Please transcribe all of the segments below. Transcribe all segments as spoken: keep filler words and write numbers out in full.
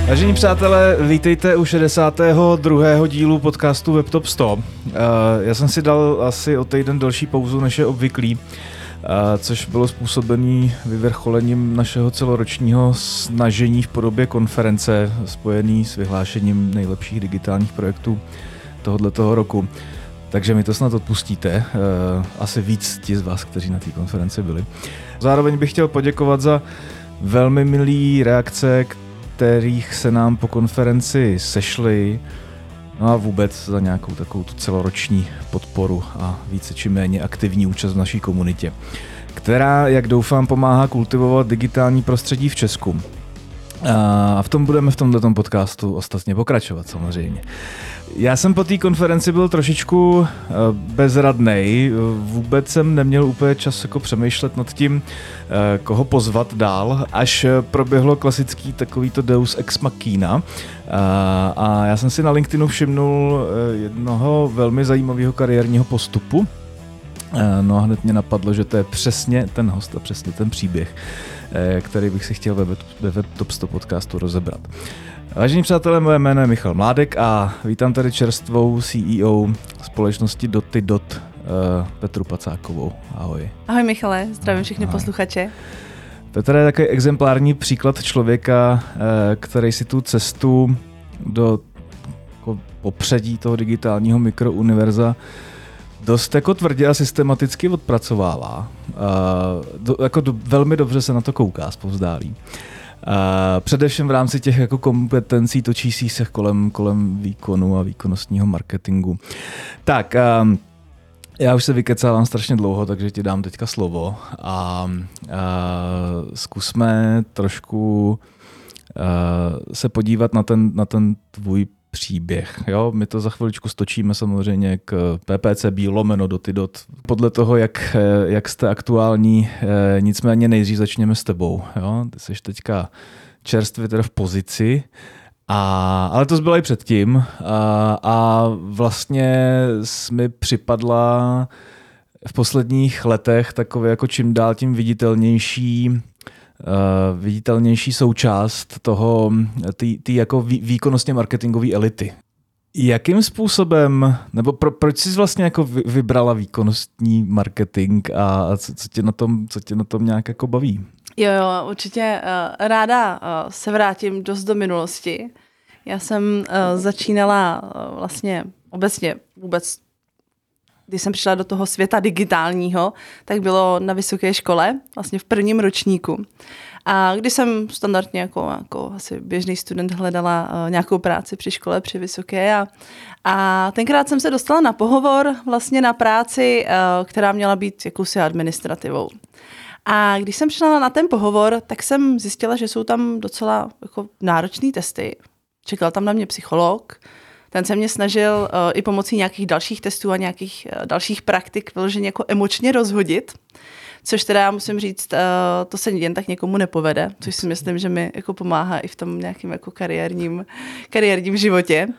Vážení přátelé, vítejte u šedesátého druhého dílu podcastu WebTop sto. Já jsem si dal asi o týden delší pauzu, než je obvyklý, což bylo způsobený vyvrcholením našeho celoročního snažení v podobě konference spojený s vyhlášením nejlepších digitálních projektů tohoto roku. Takže mi to snad odpustíte, asi víc ti z vás, kteří na té konferenci byli. Zároveň bych chtěl poděkovat za velmi milý reakce, kterých se nám po konferenci sešly, no a vůbec za nějakou takovou tu celoroční podporu a více či méně aktivní účast v naší komunitě, která, jak doufám, pomáhá kultivovat digitální prostředí v Česku. A v tom budeme v tomto podcastu ostatně pokračovat samozřejmě. Já jsem po té konferenci byl trošičku bezradnej, vůbec jsem neměl úplně čas jako přemýšlet nad tím, koho pozvat dál, až proběhlo klasický takovýto Deus ex machina. A já jsem si na LinkedInu všimnul jednoho velmi zajímavého kariérního postupu. No a hned mě napadlo, že to je přesně ten host a přesně ten příběh, který bych si chtěl ve WebTop sto podcastu rozebrat. Vážení přátelé, moje jméno je Michal Mládek a vítám tady čerstvou C E O společnosti Dotidot Petru Pacákovou. Ahoj. Ahoj Michale, zdravím všechny Ahoj. posluchače. Petra je takový exemplární příklad člověka, který si tu cestu do jako popředí toho digitálního mikrouniverza dost jako tvrdě a systematicky odpracovává. Do, jako do, velmi dobře se na to kouká zpovzdálí. Uh, především v rámci těch jako kompetencí točících se kolem, kolem výkonu a výkonnostního marketingu. Tak, uh, já už se vykecávám strašně dlouho, takže ti dám teďka slovo a uh, zkusme trošku uh, se podívat na ten, na ten tvůj příběh. Jo? My to za chviličku stočíme samozřejmě k P P C B lomeno Dotidot. Podle toho, jak, jak jste aktuální, nicméně nejdřív začněme s tebou. Jo? Ty jsi teďka čerstvě teda v pozici, a, ale to zbylo i předtím a, a vlastně jsi mi připadla v posledních letech takové jako čím dál tím viditelnější Uh, viditelnější součást toho, té jako vý, výkonnostně marketingové elity. Jakým způsobem, nebo pro, proč jsi vlastně jako vy, vybrala výkonnostní marketing a co, co, tě na tom, co tě na tom nějak jako baví? Jo, jo, určitě uh, ráda uh, se vrátím dost do minulosti. Já jsem uh, začínala uh, vlastně obecně vůbec když jsem přišla do toho světa digitálního, tak bylo na vysoké škole, vlastně v prvním ročníku. A když jsem standardně jako, jako asi běžný student hledala uh, nějakou práci při škole, při vysoké a, a tenkrát jsem se dostala na pohovor vlastně na práci, uh, která měla být jakousi administrativou. A když jsem šla na ten pohovor, tak jsem zjistila, že jsou tam docela jako náročné testy. Čekal tam na mě psycholog. Ten se mě snažil uh, i pomocí nějakých dalších testů a nějakých uh, dalších praktik vyloženě jako emočně rozhodit, což teda já musím říct, uh, to se jen tak někomu nepovede, což si myslím, že mi jako pomáhá i v tom nějakým jako kariérním, kariérním životě.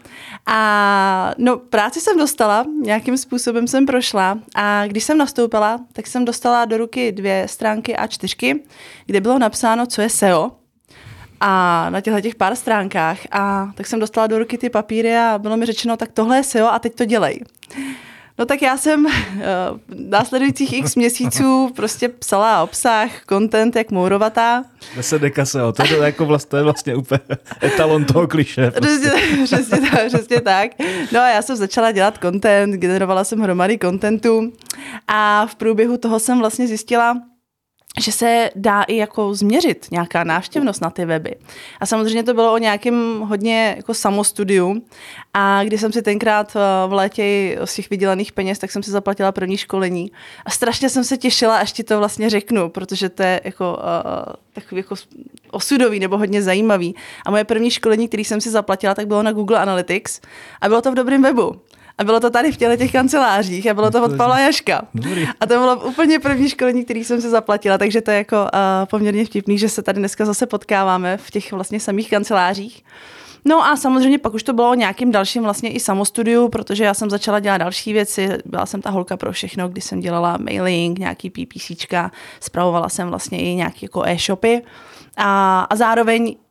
A no, práci jsem dostala, nějakým způsobem jsem prošla a když jsem nastoupila, tak jsem dostala do ruky dvě stránky A čtyři, kde bylo napsáno, co je S E O. A na těchto těch pár stránkách a tak jsem dostala do ruky ty papíry a bylo mi řečeno, tak tohle je S E O a teď to dělej. No tak já jsem uh, následujících x měsíců prostě psala obsah, content jak mourovatá. deset deka S E O, to je, jako vlast, to je vlastně úplně etalon toho klišé. Prostě. Přesně, přesně, tak, přesně tak. No a já jsem začala dělat content, generovala jsem hromady contentu a v průběhu toho jsem vlastně zjistila, že se dá i jako změřit nějaká návštěvnost na ty weby. A samozřejmě to bylo o nějakém hodně jako samostudiu. A když jsem si tenkrát v létě z těch vydělaných peněz, tak jsem si zaplatila první školení. A strašně jsem se těšila, až ti to vlastně řeknu, protože to je jako uh, takový jako osudový nebo hodně zajímavý. A moje první školení, který jsem si zaplatila, tak bylo na Google Analytics a bylo to v dobrém webu. A bylo to tady v těle těch kancelářích a bylo to od Pavla Jaška. A to bylo úplně první školení, který jsem si zaplatila, takže to je jako uh, poměrně vtipný, že se tady dneska zase potkáváme v těch vlastně samých kancelářích. No a samozřejmě pak už to bylo o nějakým dalším vlastně i samostudiu, protože já jsem začala dělat další věci. Byla jsem ta holka pro všechno, když jsem dělala mailing, nějaký PPCčka, spravovala jsem vlastně i nějaké jako e-shopy. A, a zároveň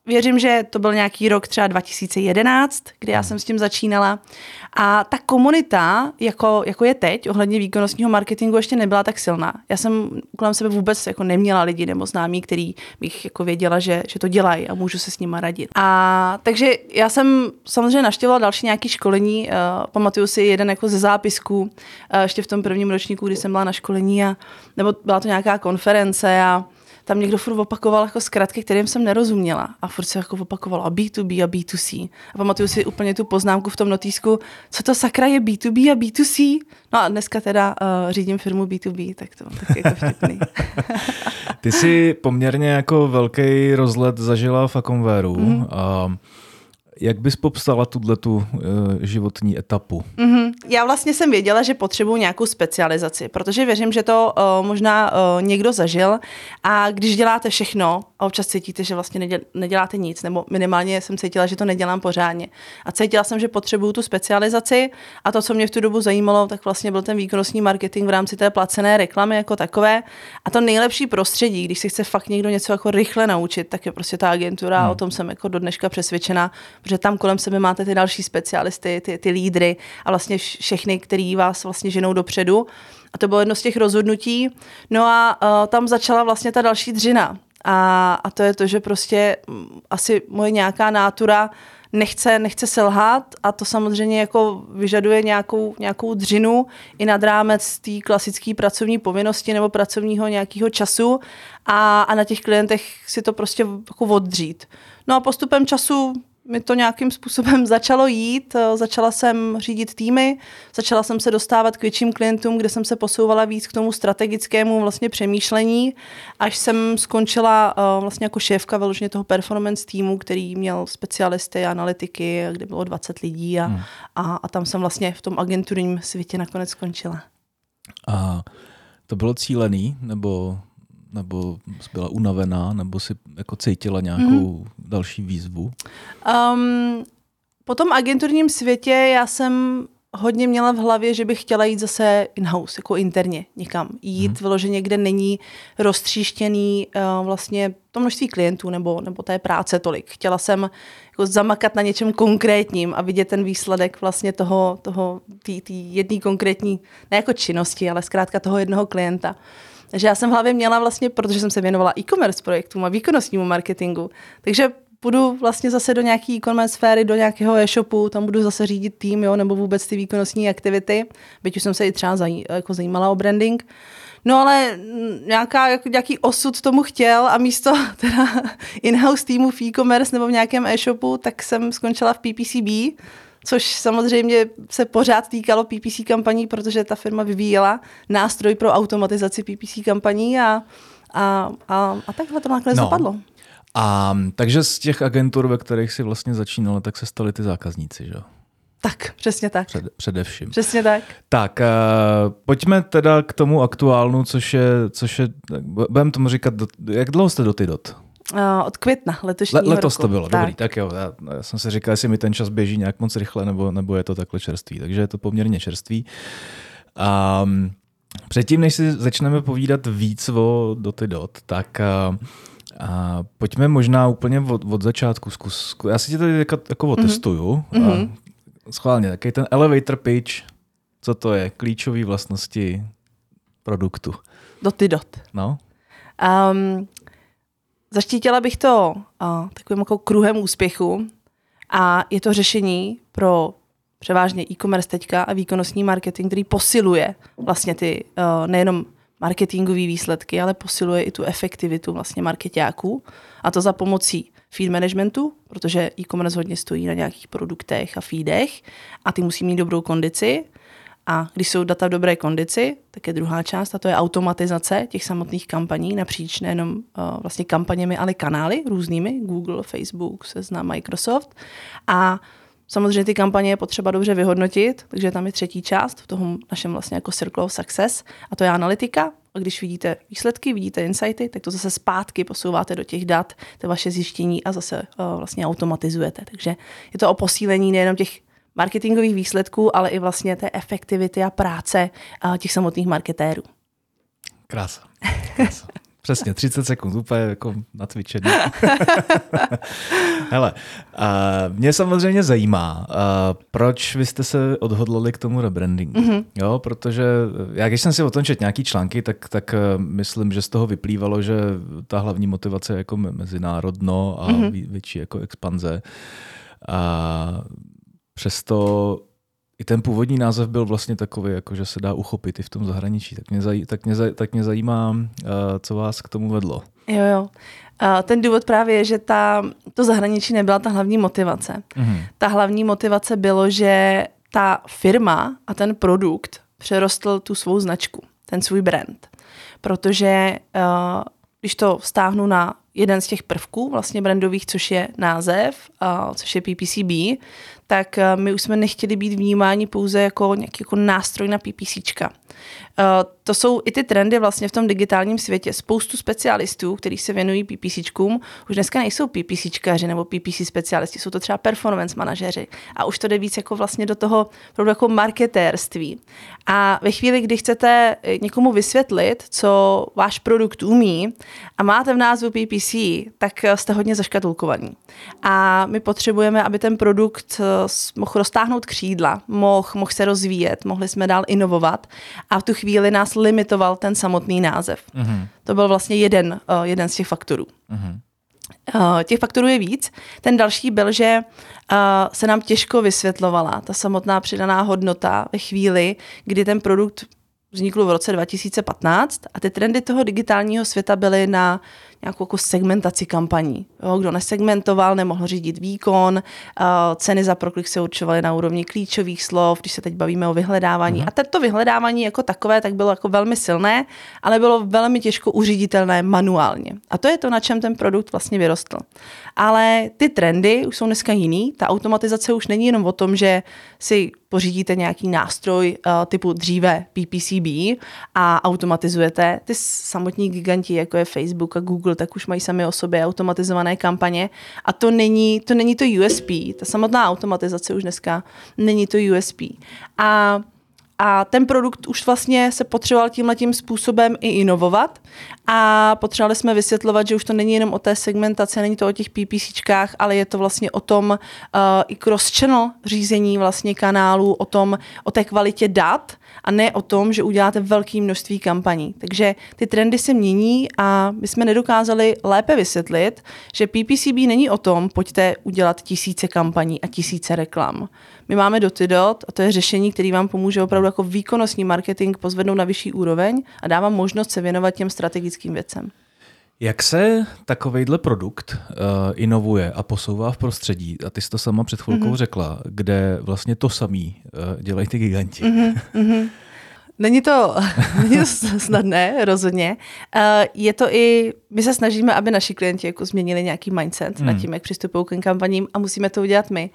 věřím, že to byl nějaký rok třeba dva tisíce jedenáct, kdy já jsem s tím začínala. A ta komunita, jako, jako je teď, ohledně výkonnostního marketingu, ještě nebyla tak silná. Já jsem kolem sebe vůbec jako neměla lidi nebo známí, který bych jako věděla, že, že to dělají a můžu se s nima radit. A takže já jsem samozřejmě navštěvovala další nějaké školení. Uh, pamatuju si jeden jako ze zápisků, uh, ještě v tom prvním ročníku, kdy jsem byla na školení, a, nebo byla to nějaká konference a tam někdo furt opakoval jako zkratky, kterým jsem nerozuměla. A furt se jako opakovalo B to B a B to C. A pamatuju si úplně tu poznámku v tom notýsku, co to sakra je B to B a B to C. No a dneska teda uh, řídím firmu B to B, tak to tak jako vtipný. Ty jsi poměrně jako velký rozlet zažila v Aconvéru. Mm-hmm. A jak bys popsala tuhletu uh, životní etapu? Mm-hmm. Já vlastně jsem věděla, že potřebuji nějakou specializaci, protože věřím, že to uh, možná uh, někdo zažil a když děláte všechno a občas cítíte, že vlastně neděl, neděláte nic, nebo minimálně jsem cítila, že to nedělám pořádně. A cítila jsem, že potřebuju tu specializaci a to, co mě v tu dobu zajímalo, tak vlastně byl ten výkonnostní marketing v rámci té placené reklamy jako takové. A to nejlepší prostředí, když si chce fakt někdo něco jako rychle naučit, tak je prostě ta agentura, hmm. o tom jsem jako do dneška přesvědčena, protože tam kolem sebe máte ty další specialisty, ty, ty lídry a vlastně všechny, který vás vlastně ženou dopředu. A to bylo jedno z těch rozhodnutí. No a uh, tam začala vlastně ta další dřina. A, a to je to, že prostě m, asi moje nějaká nátura nechce, nechce selhat a to samozřejmě jako vyžaduje nějakou, nějakou dřinu i nad rámec té klasické pracovní povinnosti nebo pracovního nějakého času a, a na těch klientech si to prostě jako oddřít. No a postupem času mi to nějakým způsobem začalo jít, začala jsem řídit týmy, začala jsem se dostávat k větším klientům, kde jsem se posouvala víc k tomu strategickému vlastně přemýšlení, až jsem skončila uh, vlastně jako šéfka vyloženě toho performance týmu, který měl specialisty, analytiky, kde bylo dvacet lidí a, hmm. a, a tam jsem vlastně v tom agenturním světě nakonec skončila. A to bylo cílený, nebo... nebo jsi byla unavená, nebo si jako cítila nějakou mm. další výzvu? Um, po tom agenturním světě já jsem hodně měla v hlavě, že bych chtěla jít zase in-house, jako interně někam. Jít mm. vyloženě, kde není roztříštěný uh, vlastně to množství klientů nebo, nebo té práce tolik. Chtěla jsem jako zamakat na něčem konkrétním a vidět ten výsledek vlastně toho, toho tý, tý jedné konkrétní, ne jako činnosti, ale zkrátka toho jednoho klienta. Takže já jsem v hlavě měla vlastně, protože jsem se věnovala e-commerce projektům a výkonnostnímu marketingu, takže půjdu vlastně zase do nějaké e-commerce sféry, do nějakého e-shopu, tam budu zase řídit tým, jo, nebo vůbec ty výkonnostní aktivity, byť už jsem se i třeba zaj, jako zajímala o branding. No ale nějaká, jako, nějaký osud tomu chtěl a místo teda in-house týmu v e-commerce nebo v nějakém e-shopu, tak jsem skončila v P P C B, což samozřejmě se pořád týkalo P P C kampaní, protože ta firma vyvíjela nástroj pro automatizaci P P C kampaní a, a, a, a takhle to nakonec no. dopadlo. A takže z těch agentur, ve kterých si vlastně začínala, tak se stali ty zákazníci, že jo? Tak, přesně tak. Před, především. Přesně tak. Tak, uh, pojďme teda k tomu aktuálnu, což je, což je budeme tomu říkat, do, jak dlouho jste do Tidot? Uh, od května letošního Le, letos roku. to bylo, tak. Dobrý, tak jo. Já, já jsem si říkal, jestli mi ten čas běží nějak moc rychle, nebo, nebo je to takhle čerstvý. Takže je to poměrně čerstvý. Um, předtím, než si začneme povídat víc o Dotidot, tak uh, uh, pojďme možná úplně od, od začátku. Zkus, já si tě tady jako, jako otestuju. Mm-hmm. Uh, schválně, takový ten elevator pitch, co to je? Klíčové vlastnosti produktu. Dotidot. No. Um, Zaštítila bych to uh, takovým jako kruhem úspěchu a je to řešení pro převážně e-commerce teďka a výkonnostní marketing, který posiluje vlastně ty uh, nejenom marketingové výsledky, ale posiluje i tu efektivitu vlastně marketáků a to za pomocí feed managementu, protože e-commerce hodně stojí na nějakých produktech a feedech a ty musí mít dobrou kondici. A když jsou data v dobré kondici, tak je druhá část, a to je automatizace těch samotných kampaní napříč nejenom uh, vlastně kampaněmi, ale kanály různými, Google, Facebook, Seznam, Microsoft. A samozřejmě ty kampaně je potřeba dobře vyhodnotit, takže tam je třetí část v tom našem vlastně jako Circle of Success, a to je analytika. A když vidíte výsledky, vidíte insighty, tak to zase zpátky posouváte do těch dat, to vaše zjištění a zase uh, vlastně automatizujete. Takže je to o posílení nejenom těch marketingových výsledků, ale i vlastně té efektivity a práce uh, těch samotných marketérů. Krása. Krása. Přesně, třicet sekund, úplně jako na cvičení. Hele, uh, mě samozřejmě zajímá, uh, proč vy jste se odhodlali k tomu rebrandingu. Mm-hmm. Jo, protože já když jsem si o tom četl nějaký články, tak, tak uh, myslím, že z toho vyplývalo, že ta hlavní motivace je jako mezinárodno a mm-hmm. větší jako expanze. A přesto i ten původní název byl vlastně takový, jako že se dá uchopit i v tom zahraničí. Tak mě, zaj, tak mě, zaj, tak mě zajímá, uh, co vás k tomu vedlo. Jo, jo. Uh, ten důvod právě je, že ta, to zahraničí nebyla ta hlavní motivace. Mm-hmm. Ta hlavní motivace bylo, že ta firma a ten produkt přerostl tu svou značku, ten svůj brand. Protože uh, když to vztáhnu na jeden z těch prvků vlastně brandových, což je název, uh, což je P P C B, tak uh, my už jsme nechtěli být vnímáni pouze jako nějaký jako nástroj na PPCčka. Uh, to jsou i ty trendy vlastně v tom digitálním světě. Spoustu specialistů, kteří se věnují PPCčkům, už dneska nejsou PPCčkaři nebo P P C specialisti, jsou to třeba performance manažeři. A už to jde víc jako vlastně do toho jako marketérství. A ve chvíli, kdy chcete někomu vysvětlit, co váš produkt umí a máte v názvu P P C, tak jste hodně zaškatulkovaní. A my potřebujeme, aby ten produkt mohl roztáhnout křídla, mohl, mohl se rozvíjet, mohli jsme dál inovovat a v tu chvíli nás limitoval ten samotný název. Mm-hmm. To byl vlastně jeden, uh, jeden z těch faktorů. Mm-hmm. Uh, těch faktorů je víc. Ten další byl, že uh, se nám těžko vysvětlovala ta samotná přidaná hodnota ve chvíli, kdy ten produkt vznikl v roce dva tisíce patnáct a ty trendy toho digitálního světa byly na nějakou jako segmentaci kampaní. Jo, kdo nesegmentoval, nemohl řídit výkon, uh, ceny za proklik se určovaly na úrovni klíčových slov, když se teď bavíme o vyhledávání. Mm. A tento vyhledávání jako takové tak bylo jako velmi silné, ale bylo velmi těžko uříditelné manuálně. A to je to, na čem ten produkt vlastně vyrostl. Ale ty trendy už jsou dneska jiný. Ta automatizace už není jenom o tom, že si pořídíte nějaký nástroj uh, typu dříve P P C B a automatizujete. Ty samotní giganti, jako je Facebook a Google, tak už mají sami o sobě automatizované kampaně a to není to, není to U S P. Ta samotná automatizace už dneska není to U S P. A A ten produkt už vlastně se potřeboval tímhletím způsobem i inovovat a potřebovali jsme vysvětlovat, že už to není jenom o té segmentaci, není to o těch PPCčkách, ale je to vlastně o tom uh, i cross-channel řízení vlastně kanálů, o tom, o té kvalitě dat a ne o tom, že uděláte velké množství kampaní. Takže ty trendy se mění a my jsme nedokázali lépe vysvětlit, že P P C B není o tom, pojďte udělat tisíce kampaní a tisíce reklam. My máme Dotidot a to je řešení, které vám pomůže opravdu jako výkonnostní marketing pozvednout na vyšší úroveň a dává možnost se věnovat těm strategickým věcem. Jak se takovejhle produkt uh, inovuje a posouvá v prostředí, a ty jsi to sama před chvilkou mm-hmm. řekla, kde vlastně to samý uh, dělají ty giganti? Mm-hmm. Není to, není to snadné, rozhodně. Uh, je to i, my se snažíme, aby naši klienti jako změnili nějaký mindset hmm. nad tím, jak přistupují k kampaním a musíme to udělat my.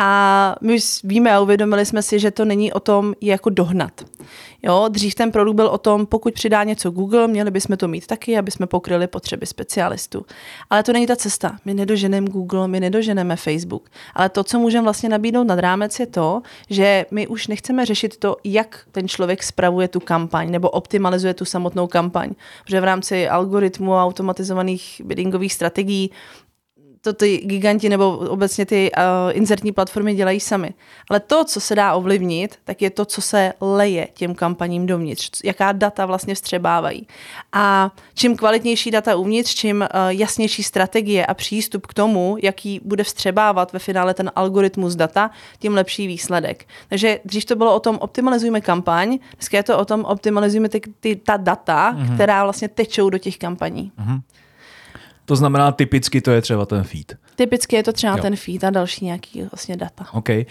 A my už víme a uvědomili jsme si, že to není o tom jako dohnat. Jo, dřív ten produkt byl o tom, pokud přidá něco Google, měli bychom to mít taky, aby jsme pokryli potřeby specialistů. Ale to není ta cesta. My nedoženeme Google, my nedoženeme Facebook. Ale to, co můžeme vlastně nabídnout nad rámec, je to, že my už nechceme řešit to, jak ten člověk spravuje tu kampaň nebo optimalizuje tu samotnou kampaň. Protože v rámci algoritmu a automatizovaných biddingových strategií to ty giganti nebo obecně ty uh, inzertní platformy dělají sami. Ale to, co se dá ovlivnit, tak je to, co se leje těm kampaním dovnitř, jaká data vlastně vstřebávají. A čím kvalitnější data uvnitř, čím uh, jasnější strategie a přístup k tomu, jaký bude vstřebávat ve finále ten algoritmus data, tím lepší výsledek. Takže dřív to bylo o tom, optimalizujeme kampaň, dneska je to o tom, optimalizujeme ty, ty, ta data, mm-hmm. která vlastně tečou do těch kampaní. Mm-hmm. To znamená, typicky to je třeba ten feed. Typicky je to třeba jo. ten feed a další nějaký vlastně data. OK. A,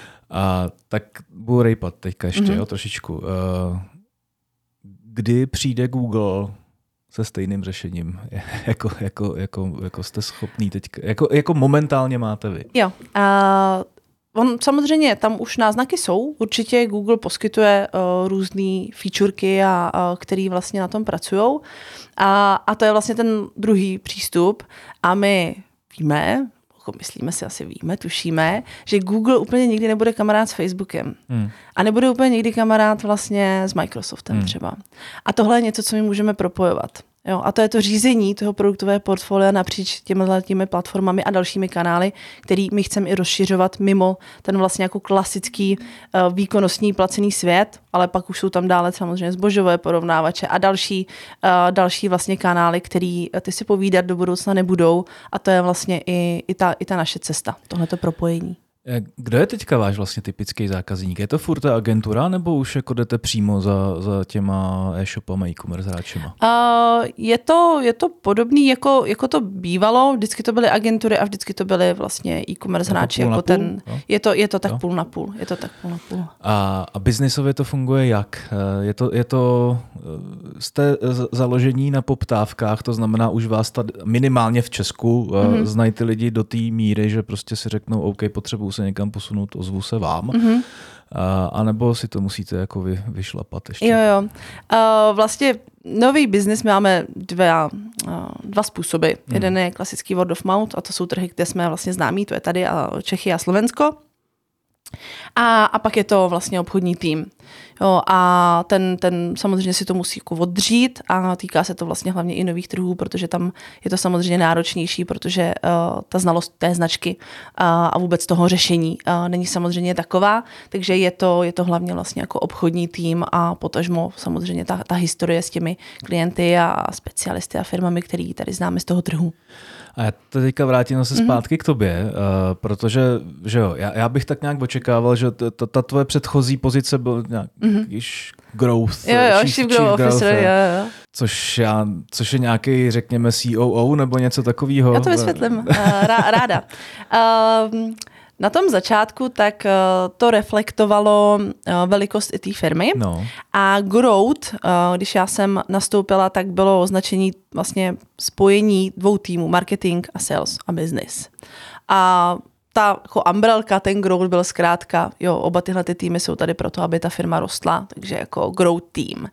tak budu rejpat teďka ještě mm-hmm. jo, trošičku. Uh, kdy přijde Google se stejným řešením, jako, jako, jako, jako jste schopný teďka, jako, jako momentálně máte vy? Jo. Uh, on samozřejmě tam už náznaky jsou. Určitě Google poskytuje uh, různé featureky, a, uh, které vlastně na tom pracují. A, a to je vlastně ten druhý přístup. A my víme, myslíme si, asi víme, tušíme, že Google úplně nikdy nebude kamarád s Facebookem. Hmm. A nebude úplně nikdy kamarád vlastně s Microsoftem hmm. třeba. A tohle je něco, co my můžeme propojovat. Jo, a to je to řízení toho produktového portfolia napříč těmi, těmi platformami a dalšími kanály, který my chceme i rozšiřovat mimo ten vlastně jako klasický uh, výkonnostní placený svět, ale pak už jsou tam dále samozřejmě zbožové porovnávače a další, uh, další vlastně kanály, který ty si povídat do budoucna nebudou a to je vlastně i, i, ta, i ta naše cesta, tohleto propojení. Kdo je teďka váš vlastně typický zákazník? Je to furt ta agentura, nebo už jako jdete přímo za, za těma e-shopama, e-commerce hráčima? Uh, je, to, je to podobný, jako, jako to bývalo. Vždycky to byly agentury a vždycky to byly vlastně e-commerce jako hráči. Jako ten, je, to, je to tak jo. půl na půl. Je to tak půl na půl. A, a biznisově to funguje jak? Je to, je to jste založení na poptávkách, to znamená už vás tady, minimálně v Česku, mm-hmm. znají ty lidi do té míry, že prostě si řeknou, OK, potřebuju se někam posunout, ozvu se vám. Mm-hmm. A, a nebo si to musíte jako vy, vyšlapat ještě? Jo, jo. Uh, vlastně nový biznis máme dva, uh, dva způsoby. Hmm. Jeden je klasický word of mouth a to jsou trhy, kde jsme vlastně známí, to je tady a Čechy a Slovensko. A, a pak je to vlastně obchodní tým. Jo, a ten, ten samozřejmě si to musí jako oddřít a týká se to vlastně hlavně i nových trhů, protože tam je to samozřejmě náročnější, protože uh, ta znalost té značky uh, a vůbec toho řešení uh, není samozřejmě taková, takže je to, je to hlavně vlastně jako obchodní tým a potažmo samozřejmě ta, ta historie s těmi klienty a specialisty a firmami, který tady známe z toho trhu. A já to teďka vrátím zase zpátky mm-hmm. k tobě, uh, protože že jo, já, já bych tak nějak očekával, že ta, ta, ta tvoje předchozí pozice byl nějak mm-hmm. growth, jo, jo, chief, chief chief growth growth, officer, jo, jo. Což, já, což je nějaký, řekněme, C O O nebo něco takového. Já to vysvětlím, uh, rá, ráda. Uh, Na tom začátku tak uh, to reflektovalo uh, velikost i té firmy no. a growth, uh, když já jsem nastoupila, tak bylo označení vlastně spojení dvou týmů, marketing a sales a business. A ta jako umbrelka, ten growth byl zkrátka, jo, oba tyhle ty týmy jsou tady proto, aby ta firma rostla, takže jako growth tým.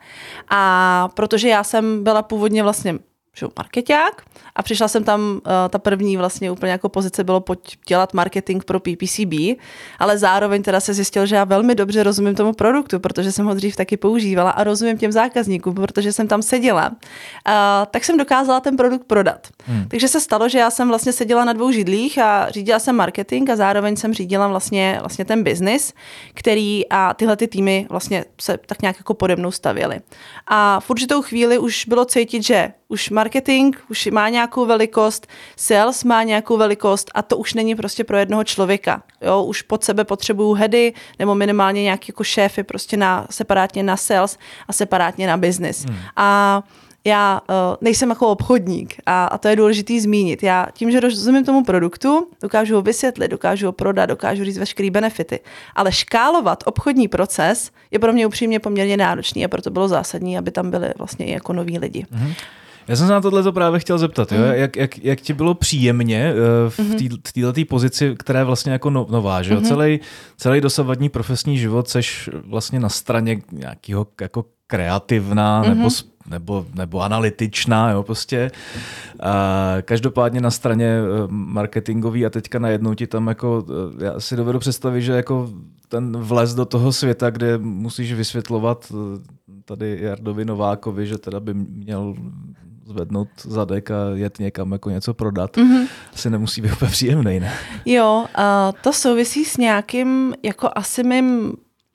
A protože já jsem byla původně vlastně markeťák a přišla jsem tam, uh, ta první vlastně úplně jako pozice bylo pojď dělat marketing pro P P C B, ale zároveň teda se zjistil, že já velmi dobře rozumím tomu produktu, protože jsem ho dřív taky používala a rozumím těm zákazníkům, protože jsem tam seděla, uh, tak jsem dokázala ten produkt prodat. Hmm. Takže se stalo, že já jsem vlastně seděla na dvou židlích a řídila jsem marketing a zároveň jsem řídila vlastně, vlastně ten business, který a tyhle ty týmy vlastně se tak nějak jako pode mnou stavěly. A v určitou chvíli už bylo cítit, že už marketing už má nějakou velikost, sales má nějakou velikost a to už není prostě pro jednoho člověka. Jo, už pod sebe potřebuju heady nebo minimálně nějaký jako šéfy prostě na, separátně na sales a separátně na business. Hmm. A já uh, nejsem jako obchodník a, a to je důležitý zmínit. Já tím, že rozumím tomu produktu, dokážu ho vysvětlit, dokážu ho prodat, dokážu říct veškerý benefity, ale škálovat obchodní proces je pro mě upřímně poměrně náročný a proto bylo zásadní, aby tam byli vlastně i jako noví lidi. Hmm. Já jsem se na tohle právě chtěl zeptat, jo? Jak, jak, jak ti bylo příjemně uh, v této pozici, která je vlastně jako no, nová, že jo? Mm-hmm. Celý, celý dosavadní profesní život seš vlastně na straně nějakého jako kreativná mm-hmm. nebo, nebo, nebo analytičná, jo, prostě. Uh, každopádně na straně marketingový a teďka najednou ti tam jako, já si dovedu představit, že jako ten vlez do toho světa, kde musíš vysvětlovat tady Jardovi Novákovi, že teda by měl zvednout zadek a jet někam jako něco prodat, mm-hmm. asi nemusí být úplně příjemnej, ne? Jo, uh, to souvisí s nějakým jako asi mým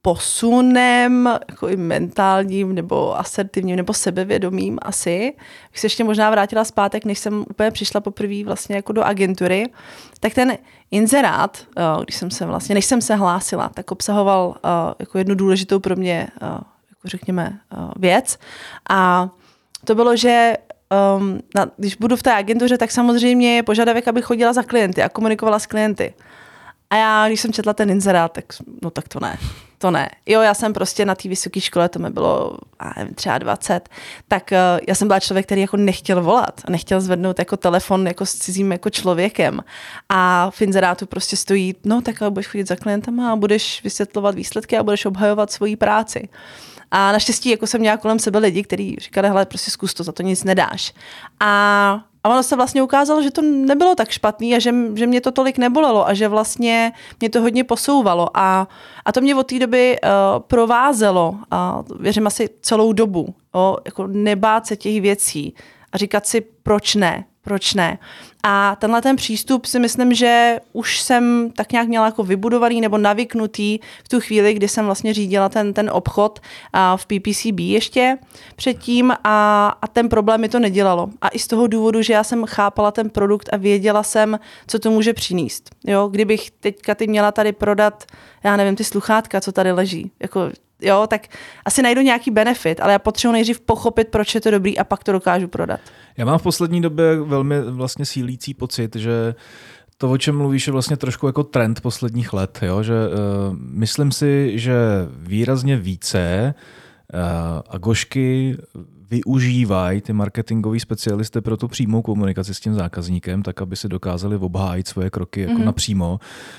posunem, jako i mentálním, nebo asertivním, nebo sebevědomým asi. Bych se ještě možná vrátila zpátek, než jsem úplně přišla poprvé vlastně jako do agentury, tak ten inzerát, uh, když jsem se vlastně, než jsem se hlásila, tak obsahoval uh, jako jednu důležitou pro mě, uh, jako řekněme, uh, věc. A to bylo, že Um, na, když budu v té agentuře, tak samozřejmě je požadavek, abych chodila za klienty a komunikovala s klienty. A já, když jsem četla ten inzerát, tak no tak to ne, to ne. Jo, já jsem prostě na té vysoké škole, to mi bylo nevím, třeba dvacet, tak uh, já jsem byla člověk, který jako nechtěl volat, nechtěl zvednout jako telefon jako s cizím jako člověkem. A v inzerátu prostě stojí, no tak budeš chodit za klientama a budeš vysvětlovat výsledky a budeš obhajovat svoji práci. A naštěstí jako jsem měla kolem sebe lidi, kteří říkali, hele, prostě zkus to, za to nic nedáš. A, a ono se vlastně ukázalo, že to nebylo tak špatný a že, že mě to tolik nebolelo a že vlastně mě to hodně posouvalo. A, a to mě od té doby uh, provázelo, a věřím asi celou dobu, jo, jako nebát se těch věcí a říkat si, proč ne, proč ne. A tenhle ten přístup si myslím, že už jsem tak nějak měla jako vybudovaný nebo navyknutý v tu chvíli, kdy jsem vlastně řídila ten, ten obchod a v P P C B ještě předtím a, a ten problém mi to nedělalo. A i z toho důvodu, že já jsem chápala ten produkt a věděla jsem, co to může přinést. Jo, kdybych teďka ty měla tady prodat, já nevím, ty sluchátka, co tady leží, jako jo, tak asi najdu nějaký benefit, ale já potřebuji nejdřív pochopit, proč je to dobrý a pak to dokážu prodat. Já mám v poslední době velmi vlastně sílící pocit, že to, o čem mluvíš, je vlastně trošku jako trend posledních let. Jo? Že, uh, myslím si, že výrazně více uh, Agošky využívají ty marketingoví specialisty pro tu přímou komunikaci s tím zákazníkem, tak aby si dokázali obhájit svoje kroky jako mm-hmm. napřímo.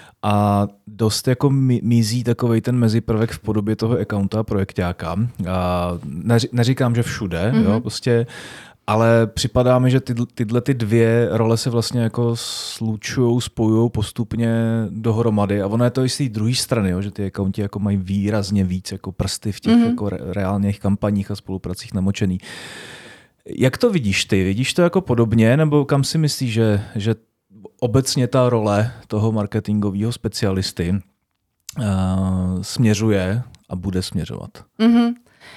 A dost jako mizí takovej ten meziprvek v podobě toho accounta projekťáka. A neříkám, že všude, mm-hmm. jo, prostě, ale připadá mi, že ty, tyhle ty dvě role se vlastně jako slučujou, spojujou postupně dohromady. A ono je to i z té druhé strany, jo, že ty accounti jako mají výrazně víc jako prsty v těch mm-hmm. jako re, reálných kampaních a spolupracích namočený. Jak to vidíš ty? Vidíš to jako podobně, nebo kam si myslíš, že, že obecně ta role toho marketingového specialisty uh, směřuje a bude směřovat? Mm-hmm.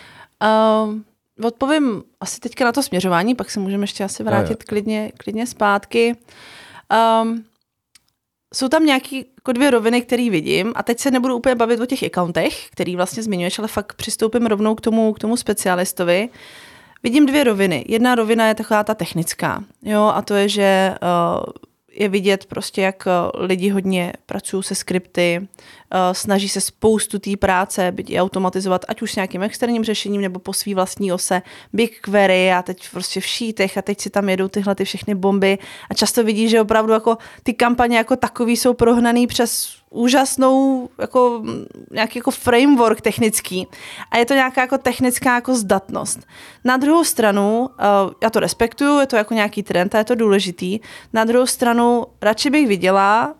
Um, odpovím asi teďka na to směřování, pak se můžeme ještě asi vrátit klidně, klidně zpátky. Um, jsou tam nějaké jako dvě roviny, které vidím a teď se nebudu úplně bavit o těch accountech, který vlastně zmiňuješ, ale fakt přistoupím rovnou k tomu, k tomu specialistovi. Vidím dvě roviny. Jedna rovina je taková ta technická, jo, a to je, že uh, je vidět prostě, jak lidi hodně pracují se skripty, snaží se spoustu té práce byť i automatizovat, ať už s nějakým externím řešením nebo po svý vlastní ose, BigQuery a teď prostě v šítech a teď si tam jedou tyhle ty všechny bomby a často vidí, že opravdu jako ty kampaně jako takový jsou prohnaný přes úžasnou jako nějaký jako framework technický a je to nějaká jako technická jako zdatnost. Na druhou stranu, uh, já to respektuju, je to jako nějaký trend a je to důležitý. Na druhou stranu radši bych viděla, uh,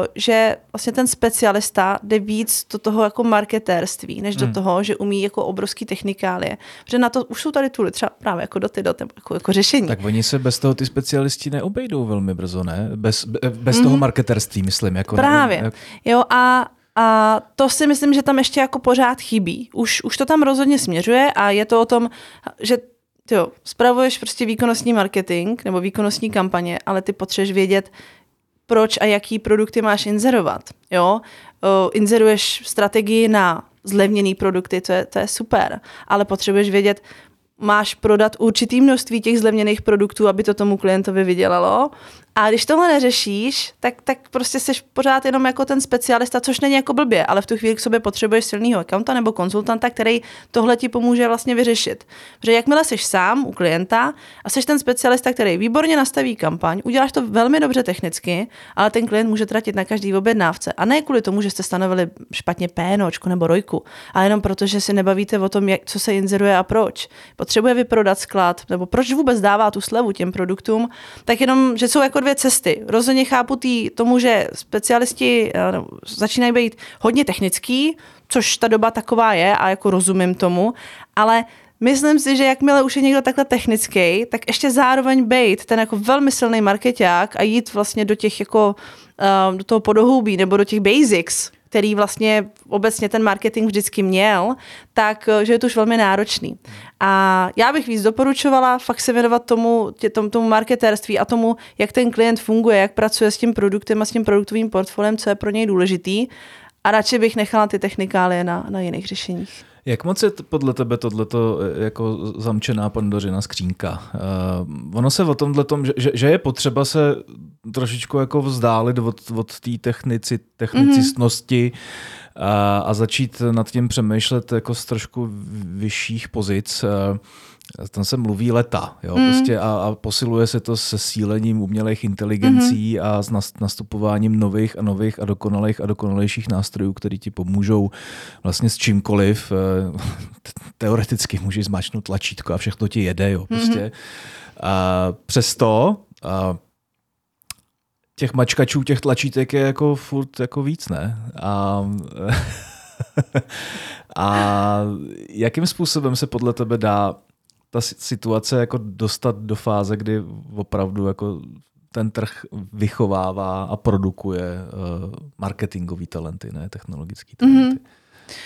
že vlastně ten specialista jde víc do toho jako marketérství, než do hmm. toho, že umí jako obrovský technikálie. Protože na to už jsou tady tuly třeba právě jako do ty do jako, jako řešení. Tak oni se bez toho ty specialisti neobejdou velmi brzo, ne? Bez, bez mm-hmm. toho marketérství, myslím. Jako právě. Nevím, jak... Jo a A to si myslím, že tam ještě jako pořád chybí. Už, už to tam rozhodně směřuje a je to o tom, že tyjo, spravuješ prostě výkonnostní marketing nebo výkonnostní kampaně, ale ty potřebuješ vědět, proč a jaký produkty máš inzerovat. Jo? O, inzeruješ strategii na zlevněný produkty, to je, to je super, ale potřebuješ vědět, máš prodat určitý množství těch zlevněných produktů, aby to tomu klientovi vydělalo. A když tohle neřešíš, tak, tak prostě jsi pořád jenom jako ten specialista, což není jako blbě, ale v tu chvíli k sobě potřebuješ silného accounta nebo konzultanta, který tohle ti pomůže vlastně vyřešit. Protože jakmile jsi sám u klienta a jsi ten specialista, který výborně nastaví kampaň, uděláš to velmi dobře technicky, ale ten klient může tratit na každý objednávce. A ne kvůli tomu, že jste stanovili špatně pénočku nebo rojku, ale jenom proto, že si nebavíte o tom, jak, co se inzeruje a proč. Potřebuje vyprodat sklad, nebo proč vůbec dává tu slevu těm produktům, tak jenom, že jsou jako dvě cesty. Rozhodně chápu tý, tomu, že specialisti no, začínají být hodně technický, což ta doba taková je a jako rozumím tomu, ale myslím si, že jakmile už je někdo takhle technický, tak ještě zároveň bejt ten jako velmi silný markeťák a jít vlastně do těch jako uh, do toho podohoubí nebo do těch basics, který vlastně obecně ten marketing vždycky měl, tak že je to už velmi náročný. A já bych víc doporučovala fakt se věnovat tomu, tě, tomu, tomu marketérství a tomu, jak ten klient funguje, jak pracuje s tím produktem a s tím produktovým portfoliem, co je pro něj důležitý. A radši bych nechala ty technikálie na, na jiných řešeních. Jak moc je podle tebe tohleto jako zamčená pandořina skřínka? Uh, ono se o tomhletom, že, že je potřeba se trošičku jako vzdálit od, od té technici, technicistnosti mm-hmm. a, a začít nad tím přemýšlet jako z trošku vyšších pozic. Uh, tam se mluví leta, jo, mm. prostě a, a posiluje se to se sílením umělých inteligencí mm-hmm. a s nastupováním nových a nových a dokonalých a dokonalejších nástrojů, které ti pomůžou vlastně s čímkoliv. Teoreticky můžeš zmáčknout tlačítko a všechno ti jede, jo, prostě. Mm-hmm. A přesto a těch mačkačů, těch tlačítek je jako furt jako víc, ne? A a jakým způsobem se podle tebe dá ta situace jako dostat do fáze, kdy opravdu jako ten trh vychovává a produkuje uh, marketingový talenty, ne technologický talenty. Mm-hmm.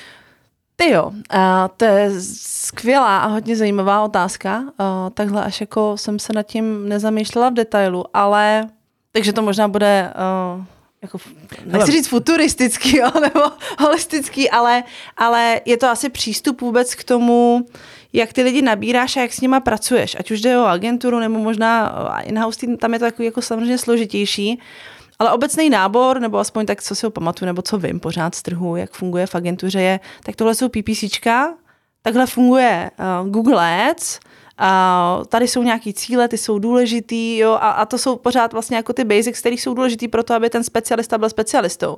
Ty jo, uh, to je skvělá a hodně zajímavá otázka. Uh, takhle až jako jsem se nad tím nezamýšlela v detailu, ale takže to možná bude, uh, jako, nechci říct futuristický, jo, nebo holistický, ale, ale je to asi přístup vůbec k tomu, jak ty lidi nabíráš a jak s nima pracuješ. Ať už jde o agenturu, nebo možná in-house team, tam je to jako, jako samozřejmě složitější. Ale obecný nábor, nebo aspoň tak, co si ho pamatuju, nebo co vím pořád z trhu, jak funguje v agentuře, je, tak tohle jsou PPCčka, takhle funguje uh, Google Ads, uh, tady jsou nějaký cíle, ty jsou důležitý, jo, a, a to jsou pořád vlastně jako ty basics, které jsou důležitý pro to, aby ten specialista byl specialistou.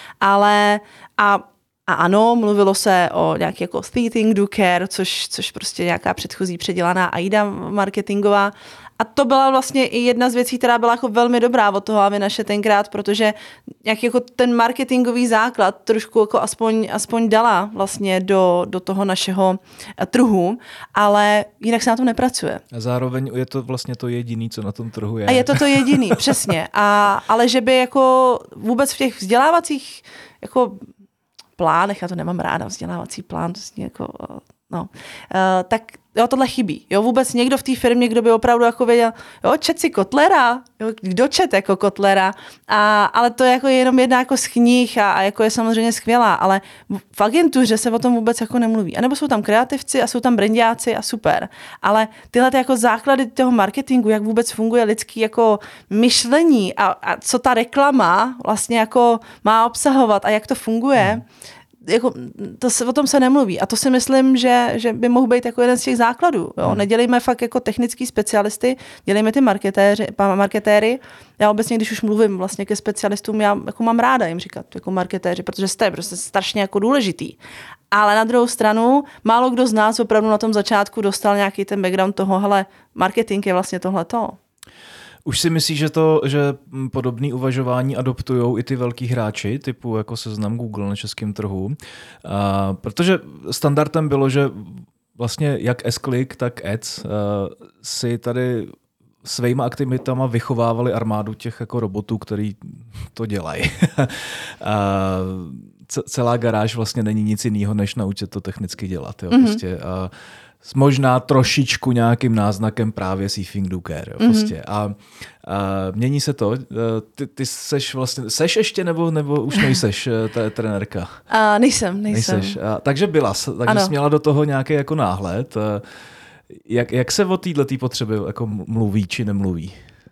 Ale a A ano, mluvilo se o nějaký jako three thing do care, což, což prostě nějaká předchozí předělaná AIDA marketingová. A to byla vlastně i jedna z věcí, která byla jako velmi dobrá od toho Avinaše tenkrát, protože nějaký jako ten marketingový základ trošku jako aspoň, aspoň dala vlastně do, do toho našeho trhu, ale jinak se na tom nepracuje. A zároveň je to vlastně to jediný, co na tom trhu je. A je to to jediný, přesně. A, ale že by jako vůbec v těch vzdělávacích jako plánech, já to nemám ráda, vzdělávací plán, to je jako, no, uh, tak jo, tohle chybí. Jo, vůbec někdo v té firmě, kdo by opravdu jako věděl, jo, čet si Kotlera, jo, kdo čet jako Kotlera, a, ale to je jako jenom jedna jako z knih a, a jako je samozřejmě skvělá, ale v agentuře se o tom vůbec jako nemluví. A nebo jsou tam kreativci a jsou tam brandiáci a super, ale tyhle ty jako základy toho marketingu, jak vůbec funguje lidský jako myšlení a, a co ta reklama vlastně jako má obsahovat a jak to funguje, hmm. Jako, to se, o tom se nemluví. A to si myslím, že, že by mohl být jako jeden z těch základů. Jo? Hmm. Nedělejme fakt jako technický specialisty, dělejme ty marketéři, marketéry. Já obecně, když už mluvím vlastně ke specialistům, já jako mám ráda jim říkat jako marketéři, protože jste prostě strašně jako důležitý. Ale na druhou stranu, málo kdo z nás opravdu na tom začátku dostal nějaký ten background toho, hele, marketing je vlastně tohleto. Už si myslíš, že to, že podobné uvažování adoptujou i ty velký hráči, typu jako Seznam Google na českém trhu? A, protože standardem bylo, že vlastně jak S-Click, tak Ads uh, si tady svýma aktivitama vychovávali armádu těch jako robotů, který to dělají. Celá garáž vlastně není nic jiného, než naučit to technicky dělat. Jo? Mm-hmm. Prostě, a s možná trošičku nějakým náznakem právě Seeing do Care. Jo? Prostě. Mm-hmm. A, a mění se to. Ty, ty seš vlastně, seš ještě nebo, nebo už nejseš ta trenérka? Uh, nejsem, nejsem. Nejseš. A, takže byla, takže ano. Jsi měla do toho nějaký jako náhled. Jak, jak se o této potřeby jako mluví či nemluví?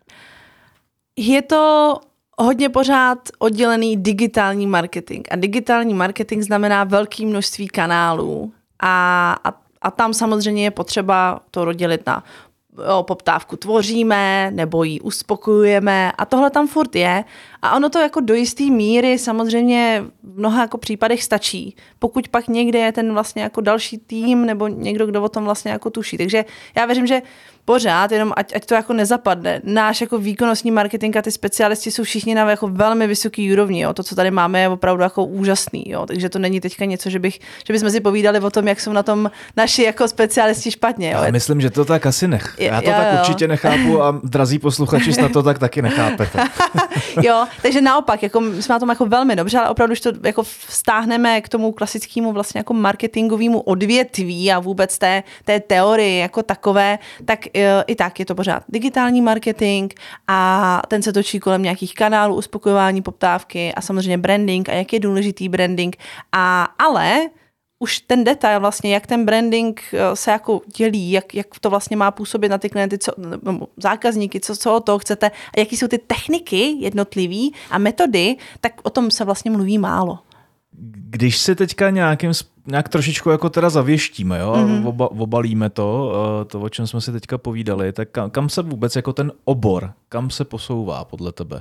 Je to hodně pořád oddělený digitální marketing. A digitální marketing znamená velké množství kanálů. A, a, a tam samozřejmě je potřeba to rozdělit na o, poptávku tvoříme, nebo ji uspokojujeme. A tohle tam furt je. A ono to jako do jisté míry samozřejmě v mnoha jako případech stačí. Pokud pak někde je ten vlastně jako další tým nebo někdo, kdo o tom vlastně jako tuší. Takže já věřím, že pořád, jenom ať, ať to jako nezapadne. Náš jako výkonnostní marketing a ty specialisti jsou všichni na jako velmi vysoký úrovni. Jo. To, co tady máme, je opravdu jako úžasný. Jo. Takže to není teďka něco, že, bych, že bychom si povídali o tom, jak jsou na tom naši jako specialisti špatně. Jo. Já myslím, že to tak asi nech. Já to jo, tak jo. určitě nechápu a drazí posluchači na to tak taky nechápete. Jo, takže naopak, jako, jsme na tom jako velmi dobře, ale opravdu, když to jako vztáhneme k tomu klasickému vlastně jako marketingovému odvětví a vůbec té, té teorii jako takové, tak i tak je to pořád digitální marketing a ten se točí kolem nějakých kanálů, uspokojování poptávky a samozřejmě branding a jak je důležitý branding. A, ale už ten detail vlastně, jak ten branding se jako dělí, jak, jak to vlastně má působit na ty klienty, co, zákazníky, co, co o toho chcete a jaký jsou ty techniky jednotlivý a metody, tak o tom se vlastně mluví málo. Když se teďka nějakým, nějak trošičku jako teda zavěštíme, jo, mm-hmm. Oba, obalíme to, to, o čem jsme si teďka povídali, tak kam, kam se vůbec jako ten obor, kam se posouvá podle tebe?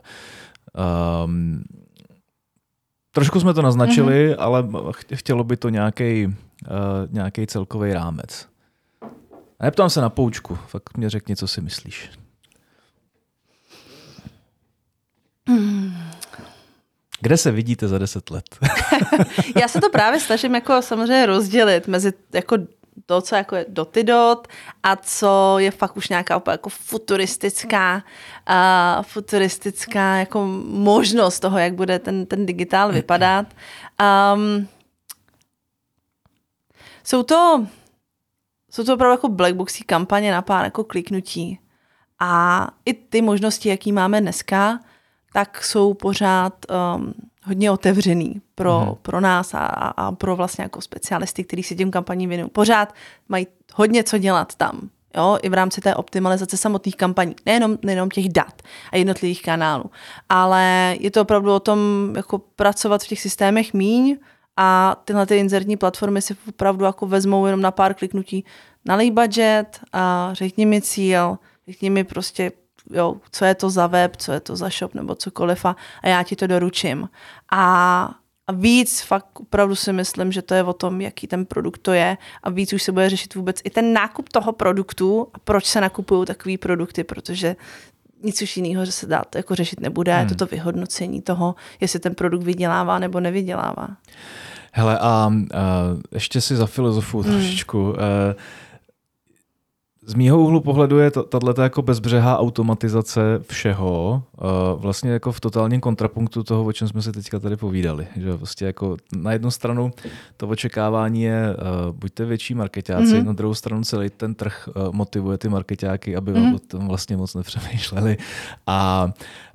Um, trošku jsme to naznačili, mm-hmm. ale chtělo by to nějaký uh, nějaký celkový rámec. A neptám se na poučku, fakt mě řekni, co si myslíš. Mm. Kde se vidíte za deset let? Já se to právě snažím jako samozřejmě rozdělit mezi jako to, co jako je dotydot a co je fakt už nějaká jako futuristická, uh, futuristická jako možnost toho, jak bude ten, ten digitál vypadat. Um, jsou to jsou to opravdu jako blackboxí kampaně na pár jako kliknutí. A i ty možnosti, jaký máme dneska, tak jsou pořád um, hodně otevřený pro, mm. pro nás a, a pro vlastně jako specialisty, kteří si tím kampaním věnují. Pořád mají hodně co dělat tam, jo, i v rámci té optimalizace samotných kampaní, nejenom, nejenom těch dat a jednotlivých kanálů, ale je to opravdu o tom jako pracovat v těch systémech míň a tyhle ty inzertní platformy si opravdu jako vezmou jenom na pár kliknutí, nalej budget a řekni mi cíl, řekni mi prostě, jo, co je to za web, co je to za shop nebo cokoliv a, a já ti to doručím. A, a víc fakt opravdu si myslím, že to je o tom, jaký ten produkt to je a víc už se bude řešit vůbec i ten nákup toho produktu a proč se nakupují takový produkty, protože nic už jiného, že se dá to jako řešit nebude a hmm. je to to vyhodnocení toho, jestli ten produkt vydělává nebo nevydělává. Hele a, a ještě si za filozofu hmm. trošičku. Uh, Z mýho úhlu pohledu je tato jako bezbřehá automatizace všeho vlastně jako v totálním kontrapunktu toho, o čem jsme si teďka tady povídali. Že vlastně jako na jednu stranu to očekávání je buďte větší marketáci, mm-hmm. na druhou stranu celý ten trh motivuje ty marketáky, aby mm-hmm. o tom vlastně moc nepřemýšleli a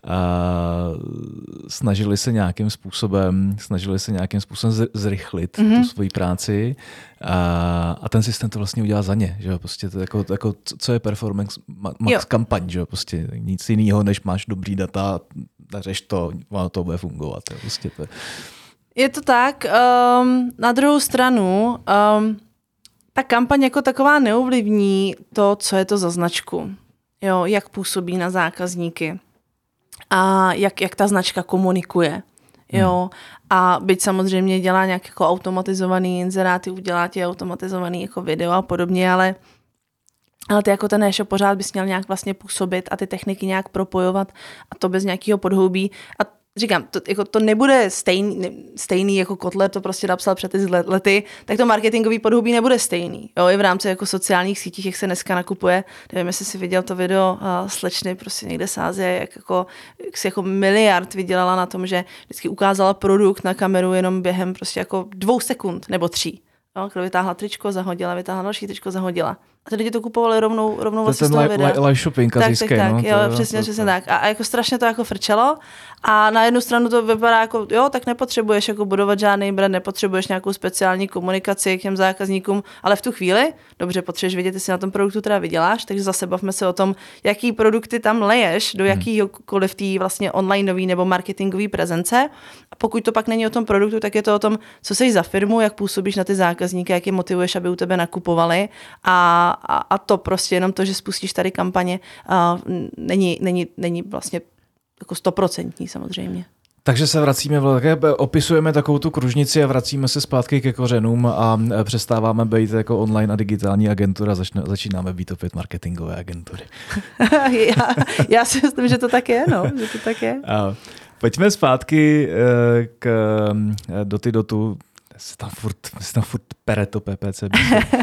Uh, snažili se nějakým způsobem snažili se nějakým způsobem zrychlit mm-hmm. tu svoji práci uh, a ten systém to vlastně udělá za ně, že prostě to jako, jako co je performance max jo. kampaň, že prostě nic jiného, než máš dobrý data, řeš to, ono to bude fungovat. Je, prostě to je. je to tak, um, na druhou stranu um, ta kampaň jako taková neovlivní to, co je to za značku, jo, jak působí na zákazníky. A jak, jak ta značka komunikuje. Jo? Hmm. A byť samozřejmě dělá nějak jako automatizovaný inzeráty, udělá ti automatizovaný jako video a podobně, ale, ale ty jako ten e-shop pořád bys měl nějak vlastně působit a ty techniky nějak propojovat a to bez nějakého podhoubí. A říkám, to, jako to nebude stejný, stejný jako Kotler to prostě napsal před ty lety, tak to marketingový podhoubí nebude stejný. Jo, i v rámci jako sociálních sítích, jak se dneska nakupuje. Nevím, jestli jsi viděl to video uh, slečny prostě někde z Ázie, jak, jako, jak si jako miliard vydělala na tom, že vždycky ukázala produkt na kameru jenom během prostě jako dvou sekund nebo tří. Jo, když vytáhla tričko, zahodila, vytáhla další tričko, zahodila. A ty lidi to kupovali rovnou, rovnou vlastně z toho videa. Live shopping azijský, tak, tak, no. Tak, jo, přesně, přesně tak. A, a jako strašně to jako frčelo. A na jednu stranu to vypadá jako, jo, tak nepotřebuješ jako budovat žádný brand, nepotřebuješ nějakou speciální komunikaci k těm zákazníkům, ale v tu chvíli, dobře, potřebuješ vědět, jestli na tom produktu teda vyděláš, takže zase bavme se o tom, jaký produkty tam leješ, do jakýkoliv tý vlastně onlineový nebo marketingový prezence. A pokud to pak není o tom produktu, tak je to o tom, co jsi za firmu, jak působíš na ty zákazníky, jak je motivuješ, aby u tebe nakupovali. A A, a to prostě jenom to, že spustíš tady kampaně, uh, není, není, není vlastně jako stoprocentní samozřejmě. Takže se vracíme, opisujeme takovou tu kružnici a vracíme se zpátky ke kořenům a přestáváme být jako online a digitální agentura, začne, začínáme být opět marketingové agentury. já, já si myslím, že to tak je, no, že to tak je. A pojďme zpátky k Dotydotu. Se tam furt, se tam furt pere to P P C.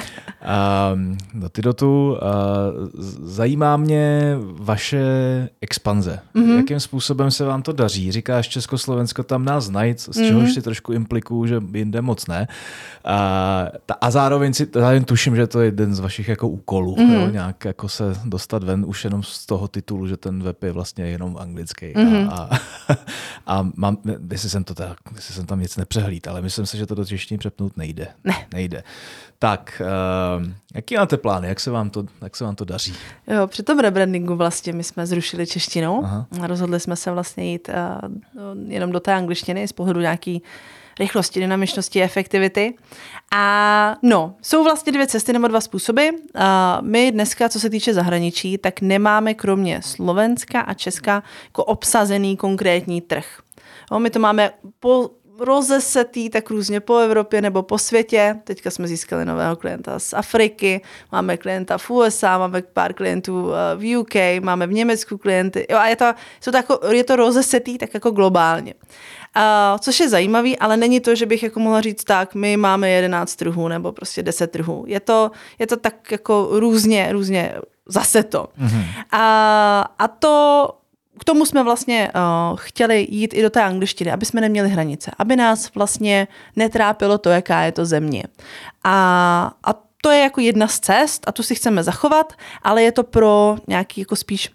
um, Dotydotu. Uh, zajímá mě vaše expanze. Mm-hmm. Jakým způsobem se vám to daří? Říkáš, Československo tam nás znají, z čehož mm-hmm. si trošku implikuju, že jinde moc ne. Uh, ta, a zároveň si zároveň tuším, že to je jeden z vašich jako úkolů. Mm-hmm. Jo? Nějak jako se dostat ven už jenom z toho titulu, že ten web je vlastně jenom anglický. Mm-hmm. A, a, a mám, jestli jsem, to tak, jestli jsem tam nic nepřehlíd, ale myslím si, že to do češtiny přepnout nejde. Ne. Nejde. Tak, uh, jaký máte plány? Jak se vám to, jak se vám to daří? Jo, při tom rebrandingu vlastně my jsme zrušili češtinou. Aha. A rozhodli jsme se vlastně jít uh, jenom do té angličtiny z pohledu nějaký rychlosti, dynamičnosti, efektivity. A no, jsou vlastně dvě cesty nebo dva způsoby. Uh, my dneska, co se týče zahraničí, tak nemáme kromě Slovenska a Česka jako obsazený konkrétní trh. Jo, my to máme po rozesetý tak různě po Evropě nebo po světě. Teďka jsme získali nového klienta z Afriky, máme klienta v U S A, máme pár klientů v U K, máme v Německu klienty. Jo, a je to, jsou to jako, je to rozesetý tak jako globálně. Uh, což je zajímavý, ale není to, že bych jako mohla říct tak, my máme jedenáct trhů nebo prostě deset trhů. Je to, je to tak jako různě, různě zase to. Mm-hmm. A, a to k tomu jsme vlastně uh, chtěli jít i do té angličtiny, aby jsme neměli hranice, aby nás vlastně netrápilo to, jaká je to země. A, a to je jako jedna z cest a tu si chceme zachovat, ale je to pro nějaký jako spíš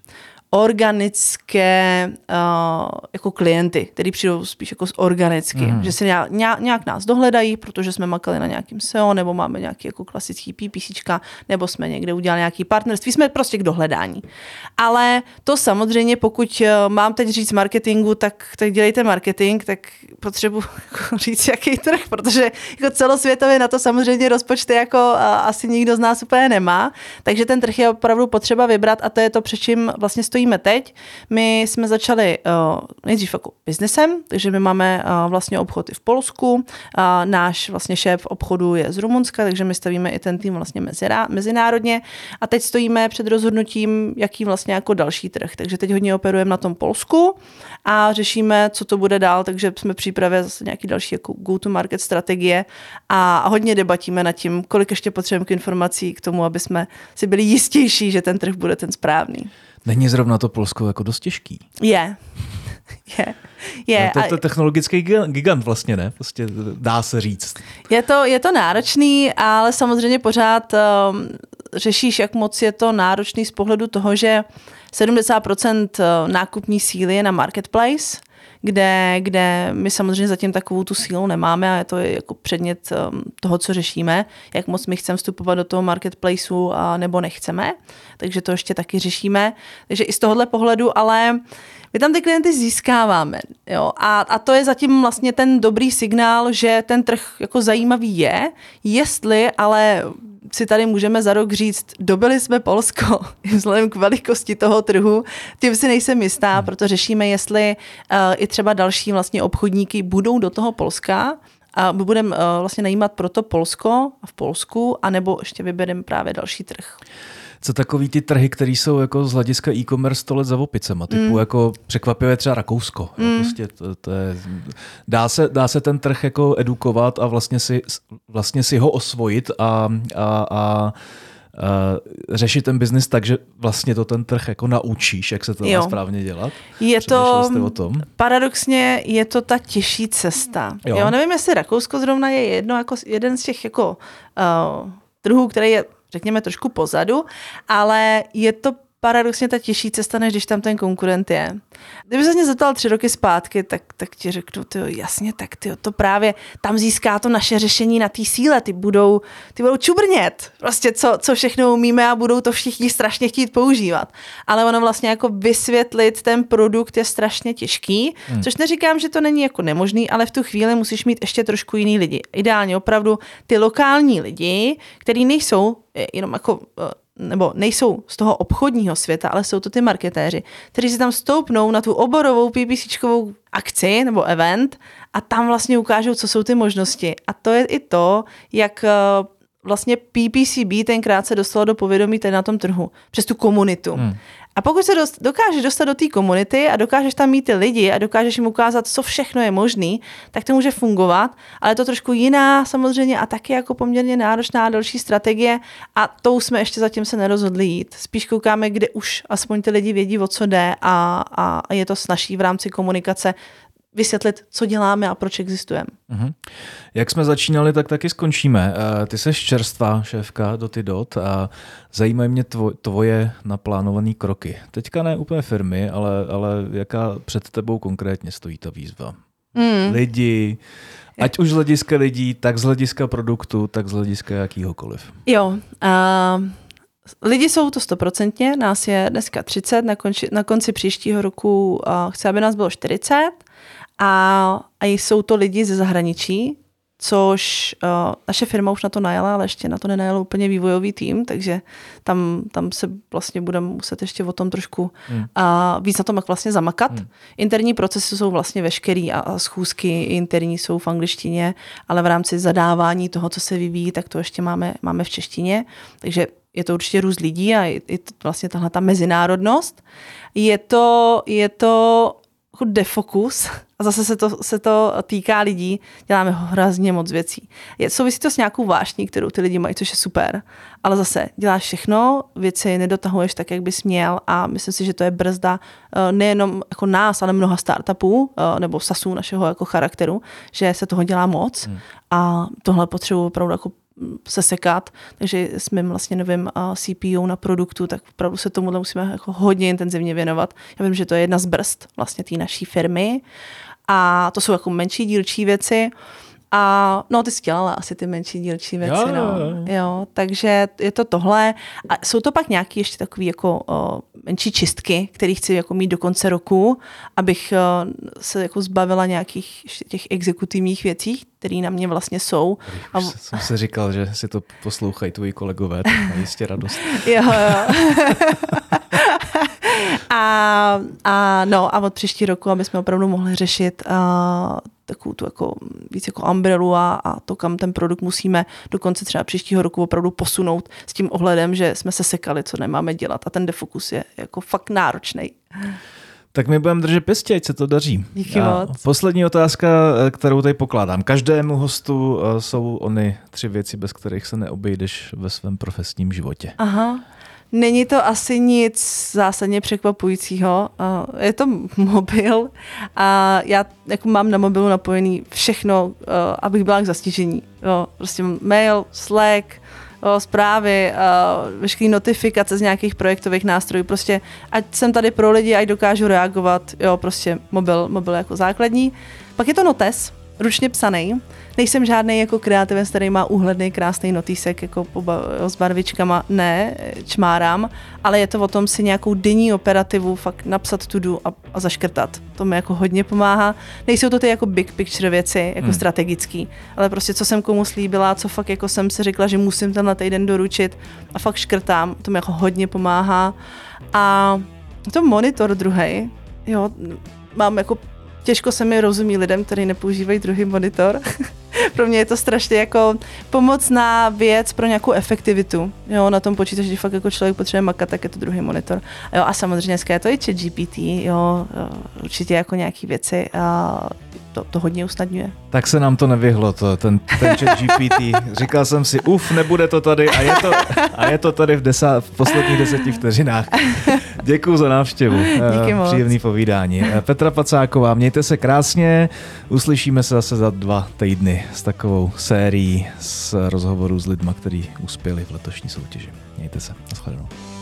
organické uh, jako klienty, který přijdou spíš jako organicky, mm. že si nějak, nějak nás dohledají, protože jsme makali na nějakým S E O, nebo máme nějaký jako klasický PPCčka, nebo jsme někde udělali nějaký partnerství, jsme prostě k dohledání. Ale to samozřejmě, pokud mám teď říct marketingu, tak, tak dělejte marketing, tak potřebuji jako říct, jaký trh, protože jako celosvětově na to samozřejmě rozpočty jako a, asi nikdo z nás úplně nemá, takže ten trh je opravdu potřeba vybrat a to je to, před čím vlastně stojí teď. My jsme začali uh, nejdřív jako biznesem, takže my máme uh, vlastně obchod i v Polsku. Uh, náš vlastně šéf obchodu je z Rumunska, takže my stavíme i ten tým vlastně mezira, mezinárodně. A teď stojíme před rozhodnutím, jaký vlastně jako další trh. Takže teď hodně operujeme na tom Polsku a řešíme, co to bude dál, takže jsme v přípravě zase nějaký další jako go-to-market strategie a hodně debatíme nad tím, kolik ještě potřebujeme k informací k tomu, aby jsme si byli jistější, že ten trh bude ten správný. Není zrovna to Polsko jako dost těžký? Je. Je. Je. No to je technologický gigant vlastně, ne? Prostě dá se říct. Je to, je to náročný, ale samozřejmě pořád um, řešíš, jak moc je to náročný z pohledu toho, že sedmdesát procent nákupní síly je na marketplace, kde, kde my samozřejmě zatím takovou tu sílu nemáme a je to jako předmět um, toho, co řešíme, jak moc my chceme vstupovat do toho marketplaceu a nebo nechceme, takže to ještě taky řešíme. Takže i z tohohle pohledu, ale my tam ty klienty získáváme. Jo? A, a to je zatím vlastně ten dobrý signál, že ten trh jako zajímavý je, jestli ale si tady můžeme za rok říct, dobili jsme Polsko vzhledem k velikosti toho trhu, tím si nejsem jistá, hmm. proto řešíme, jestli uh, i třeba další vlastně obchodníky budou do toho Polska a my budeme uh, vlastně najímat pro to Polsko a v Polsku, anebo ještě vybereme právě další trh. Co takový ty trhy, které jsou jako z hlediska e-commerce sto let za opicema, typu mm. jako překvapivě třeba Rakousko. Mm. Prostě to, to je, dá, se, dá se ten trh jako edukovat a vlastně si, vlastně si ho osvojit a, a, a, a řešit ten biznis tak, že vlastně to ten trh jako naučíš, jak se to dá správně dělat. Je to, o tom? Paradoxně je to ta těžší cesta. Jo. Jo, nevím, jestli Rakousko zrovna je jedno, jako jeden z těch jako, uh, trhů, který je řekněme trošku pozadu, ale je to paradoxně ta těžší cesta, než když tam ten konkurent je. Kdyby se mě zeptal tři roky zpátky, tak, tak ti řeknu, tyjo, jasně, tak tyjo, to právě tam získá to naše řešení na té síle, ty budou, ty budou čubrnět, prostě co, co všechno umíme a budou to všichni strašně chtít používat. Ale ono vlastně jako vysvětlit ten produkt je strašně těžký, hmm. což neříkám, že to není jako nemožný, ale v tu chvíli musíš mít ještě trošku jiný lidi. Ideálně opravdu ty lokální lidi, kteří nejsou jenom jako nebo nejsou z toho obchodního světa, ale jsou to ty marketéři, kteří si tam stoupnou na tu oborovou PPCčkovou akci nebo event a tam vlastně ukážou, co jsou ty možnosti. A to je i to, jak vlastně P P C B tenkrát se dostalo do povědomí tady na tom trhu, přes tu komunitu. Hmm. A pokud se dost, dokážeš dostat do té komunity a dokážeš tam mít ty lidi a dokážeš jim ukázat, co všechno je možný, tak to může fungovat, ale je to trošku jiná samozřejmě a taky jako poměrně náročná další strategie a tou jsme ještě zatím se nerozhodli jít. Spíš koukáme, kde už aspoň ty lidi vědí, o co jde a, a je to snazší v rámci komunikace vysvětlit, co děláme a proč existujeme. Uh-huh. Jak jsme začínali, tak taky skončíme. Ty jsi čerstvá šéfka Dotidot a zajímají mě tvo, tvoje naplánované kroky. Teďka ne úplně firmy, ale, ale jaká před tebou konkrétně stojí ta výzva? Mm. Lidi, ať už z hlediska lidí, tak z hlediska produktu, tak z hlediska jakýhokoliv. Jo, uh... lidi jsou to stoprocentně, nás je dneska třicet, na konci, na konci příštího roku uh, chci, aby nás bylo čtyřicet a, a jsou to lidi ze zahraničí, což uh, naše firma už na to najala, ale ještě na to nenajal úplně vývojový tým, takže tam, tam se vlastně budeme muset ještě o tom trošku hmm. a víc na tom jak vlastně zamakat. Hmm. Interní procesy jsou vlastně veškerý a, a schůzky interní jsou v angličtině, ale v rámci zadávání toho, co se vyvíjí, tak to ještě máme, máme v češtině, takže je to určitě růst lidí a je to vlastně tahle ta mezinárodnost. Je to, je to jako defokus a zase se to, se to týká lidí, děláme hrozně moc věcí. Je, souvisí to s nějakou vášní, kterou ty lidi mají, což je super, ale zase děláš všechno, věci nedotahuješ tak, jak bys měl a myslím si, že to je brzda nejenom jako nás, ale mnoha startupů nebo sasů našeho jako charakteru, že se toho dělá moc hmm. a tohle potřebuji opravdu jako sesekat, takže jsme vlastně novým C P O na produktu, tak opravdu se tomuhle musíme jako hodně intenzivně věnovat. Já vím, že to je jedna z brzd vlastně té naší firmy a to jsou jako menší dílčí věci a no ty jsi dělala asi ty menší dílčí věci, jo, no. jo. jo, takže je to tohle a jsou to pak nějaké ještě takové jako o, menší čistky, které chci jako mít do konce roku, abych o, se jako zbavila nějakých těch exekutivních věcí, které na mě vlastně jsou. A jsem si říkal, že si to poslouchají tvoji kolegové, to má jistě radost. jo, jo. a, a no a od příští roku, aby jsme opravdu mohli řešit a, takovou tu jako víc jako umbrelu a, a to, kam ten produkt musíme do konce třeba příštího roku opravdu posunout s tím ohledem, že jsme se sekali, co nemáme dělat a ten defokus je jako fakt náročnej. Tak my budeme držet pěstí, ať se to daří. Díky moc. Poslední otázka, kterou tady pokládám. Každému hostu jsou ony tři věci, bez kterých se neobejdeš ve svém profesním životě. Aha. Není to asi nic zásadně překvapujícího. Je to mobil a já jako mám na mobilu napojený všechno, abych byla k zastižení. Jo, prostě mail, Slack, jo, zprávy, veškeré notifikace z nějakých projektových nástrojů. Prostě ať jsem tady pro lidi, ať dokážu reagovat. Jo, prostě mobil, mobil jako základní. Pak je to notes, ručně psaný. Nejsem žádný jako kreativec, který má úhledný, krásný notýsek jako s barvičkama, ne, čmárám, ale je to o tom si nějakou denní operativu fakt napsat to-do a, a zaškrtat. To mi jako hodně pomáhá. Nejsou to ty jako big picture věci, jako hmm. strategický, ale prostě co jsem komu slíbila, co fakt jako jsem si řekla, že musím tenhle týden doručit a fakt škrtám, to mi jako hodně pomáhá. A to monitor druhej, jo, mám jako těžko se mi rozumí lidem, kteří nepoužívají druhý monitor. Pro mě je to strašně jako pomocná věc pro nějakou efektivitu. Jo, na tom počítači, že fakt jako člověk potřebuje makat, tak je to druhý monitor. Jo, a samozřejmě dneska je to i ChatGPT, jo, určitě jako nějaký věci a to, to hodně usnadňuje. Tak se nám to nevyhlo, to, ten, ten ChatGPT. Říkal jsem si, uf, nebude to tady a je to, a je to tady v, desa, v posledních deseti vteřinách. Děkuju za návštěvu. Díky moc. Příjemný povídání. Petra Pacáková, mějte se krásně, uslyšíme se zase za dva týdny s takovou sérií z rozhovorů s lidma, kteří uspěli v letošní soutěži. Mějte se, nashledanou.